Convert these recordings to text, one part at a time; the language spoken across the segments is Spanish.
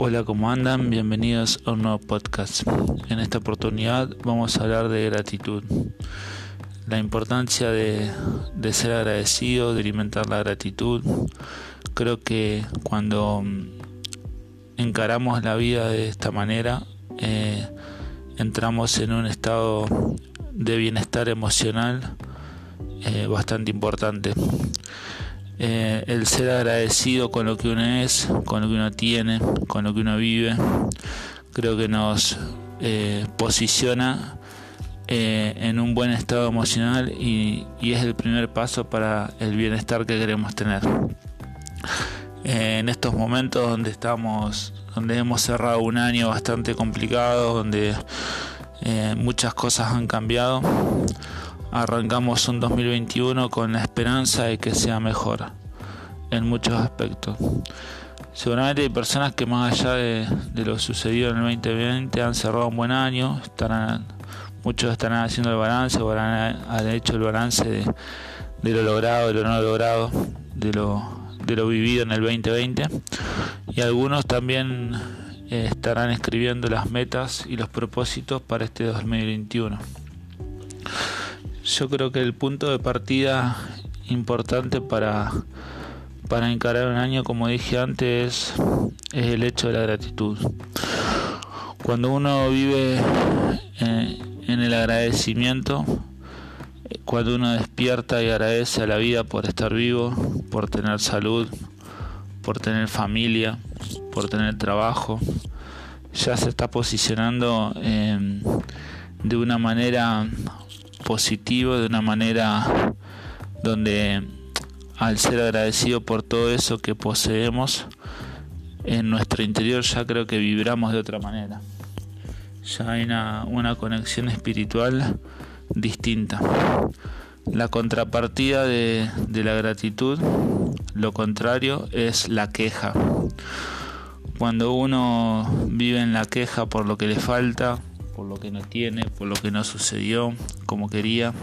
Hola, ¿cómo andan? Bienvenidos a un nuevo podcast. En esta oportunidad vamos a hablar de gratitud, la importancia de ser agradecido, de alimentar la gratitud. Creo que cuando encaramos la vida de esta manera, entramos en un estado de bienestar emocional bastante importante. El ser agradecido con lo que uno es, con lo que uno tiene, con lo que uno vive, creo que nos posiciona en un buen estado emocional y es el primer paso para el bienestar que queremos tener. En estos momentos donde hemos cerrado un año bastante complicado, donde muchas cosas han cambiado, arrancamos un 2021 con la esperanza de que sea mejor en muchos aspectos. Seguramente hay personas que más allá de lo sucedido en el 2020 han cerrado un buen año, muchos estarán haciendo el balance o han hecho el balance de lo logrado, de lo no logrado, de lo vivido en el 2020, y algunos también estarán escribiendo las metas y los propósitos para este 2021. Yo creo que el punto de partida importante para encarar un año, como dije antes, es el hecho de la gratitud. Cuando uno vive en el agradecimiento, cuando uno despierta y agradece a la vida por estar vivo, por tener salud, por tener familia, por tener trabajo, ya se está posicionando de una manera positivo, de una manera donde al ser agradecido por todo eso que poseemos en nuestro interior, ya creo que vibramos de otra manera. Ya hay una conexión espiritual distinta. La contrapartida de la gratitud, lo contrario, es la queja. Cuando uno vive en la queja por lo que le falta, por lo que no tiene, por lo que no sucedió como quería,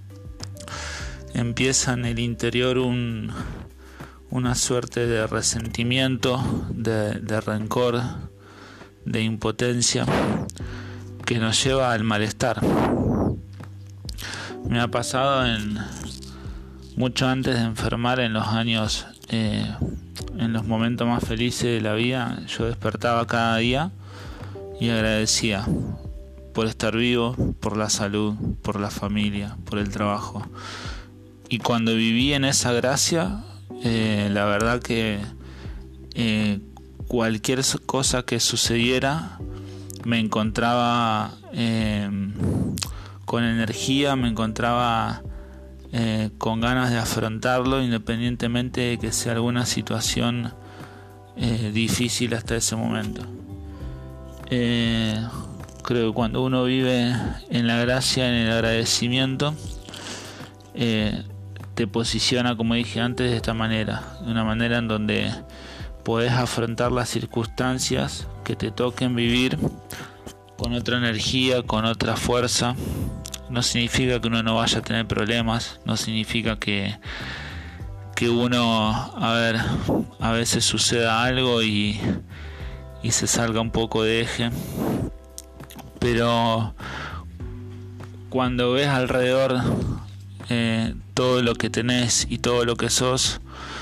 empieza en el interior una suerte de resentimiento, de rencor, de impotencia que nos lleva al malestar. Me ha pasado mucho antes de enfermar, en los años, en los momentos más felices de la vida, yo despertaba cada día y agradecía por estar vivo, por la salud, por la familia, por el trabajo. Y cuando viví en esa gracia, la verdad que cualquier cosa que sucediera me encontraba con energía, me encontraba con ganas de afrontarlo, independientemente de que sea alguna situación difícil hasta ese momento. Creo que cuando uno vive en la gracia, en el agradecimiento, te posiciona, como dije antes, de esta manera, de una manera en donde podés afrontar las circunstancias que te toquen vivir con otra energía, con otra fuerza. No significa que uno no vaya a tener problemas, no significa que uno, a veces suceda algo y se salga un poco de eje, pero cuando ves alrededor todo lo que tenés y todo lo que sos,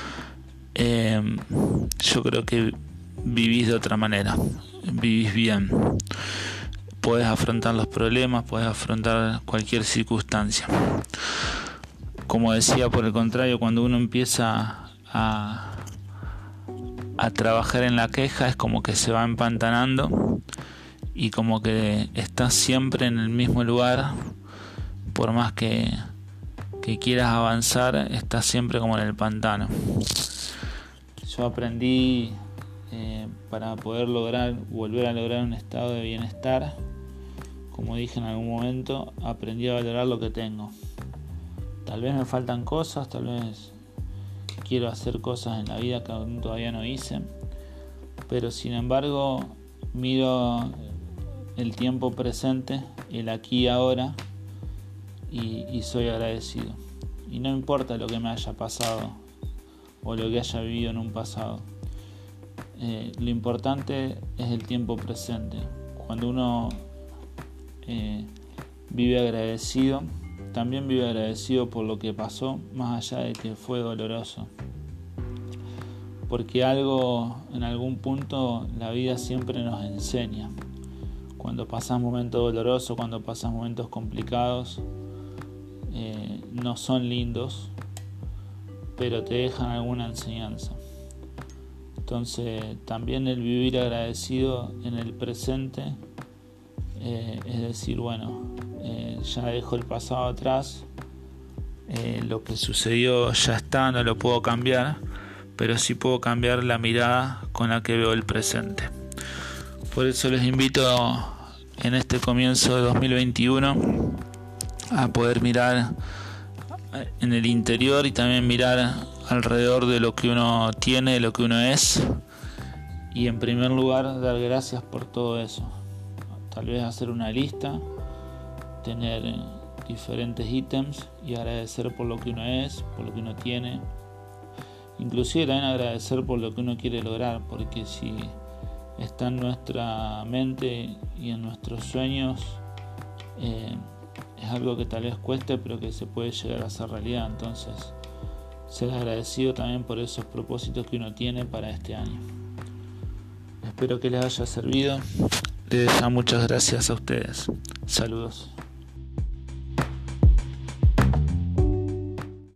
yo creo que vivís de otra manera, vivís bien, podés afrontar los problemas, podés afrontar cualquier circunstancia. Como decía, por el contrario, cuando uno empieza a trabajar en la queja, es como que se va empantanando y como que está siempre en el mismo lugar. Por más que quieras avanzar, estás siempre como en el pantano. Yo aprendí para poder volver a lograr un estado de bienestar, como dije en algún momento, aprendí a valorar lo que tengo. Tal vez me faltan cosas, tal vez quiero hacer cosas en la vida que aún todavía no hice, pero sin embargo miro el tiempo presente, el aquí y ahora, y soy agradecido. Y no importa lo que me haya pasado o lo que haya vivido en un pasado. lo importante es el tiempo presente. Cuando uno vive agradecido, también vive agradecido por lo que pasó, más allá de que fue doloroso. Porque algo, en algún punto, la vida siempre nos enseña. Cuando pasas momentos dolorosos, cuando pasas momentos complicados, no son lindos, pero te dejan alguna enseñanza. Entonces, también el vivir agradecido en el presente, es decir, bueno, ya dejo el pasado atrás, lo que sucedió ya está, no lo puedo cambiar, pero sí puedo cambiar la mirada con la que veo el presente. Por eso les invito en este comienzo de 2021 a poder mirar en el interior y también mirar alrededor de lo que uno tiene, de lo que uno es, y en primer lugar dar gracias por todo eso. Tal vez hacer una lista, tener diferentes ítems y agradecer por lo que uno es, por lo que uno tiene, inclusive también agradecer por lo que uno quiere lograr, porque si está en nuestra mente y en nuestros sueños, es algo que tal vez cueste, pero que se puede llegar a hacer realidad. Entonces, ser agradecido también por esos propósitos que uno tiene para este año. Espero que les haya servido. Les doy muchas gracias a ustedes. Saludos.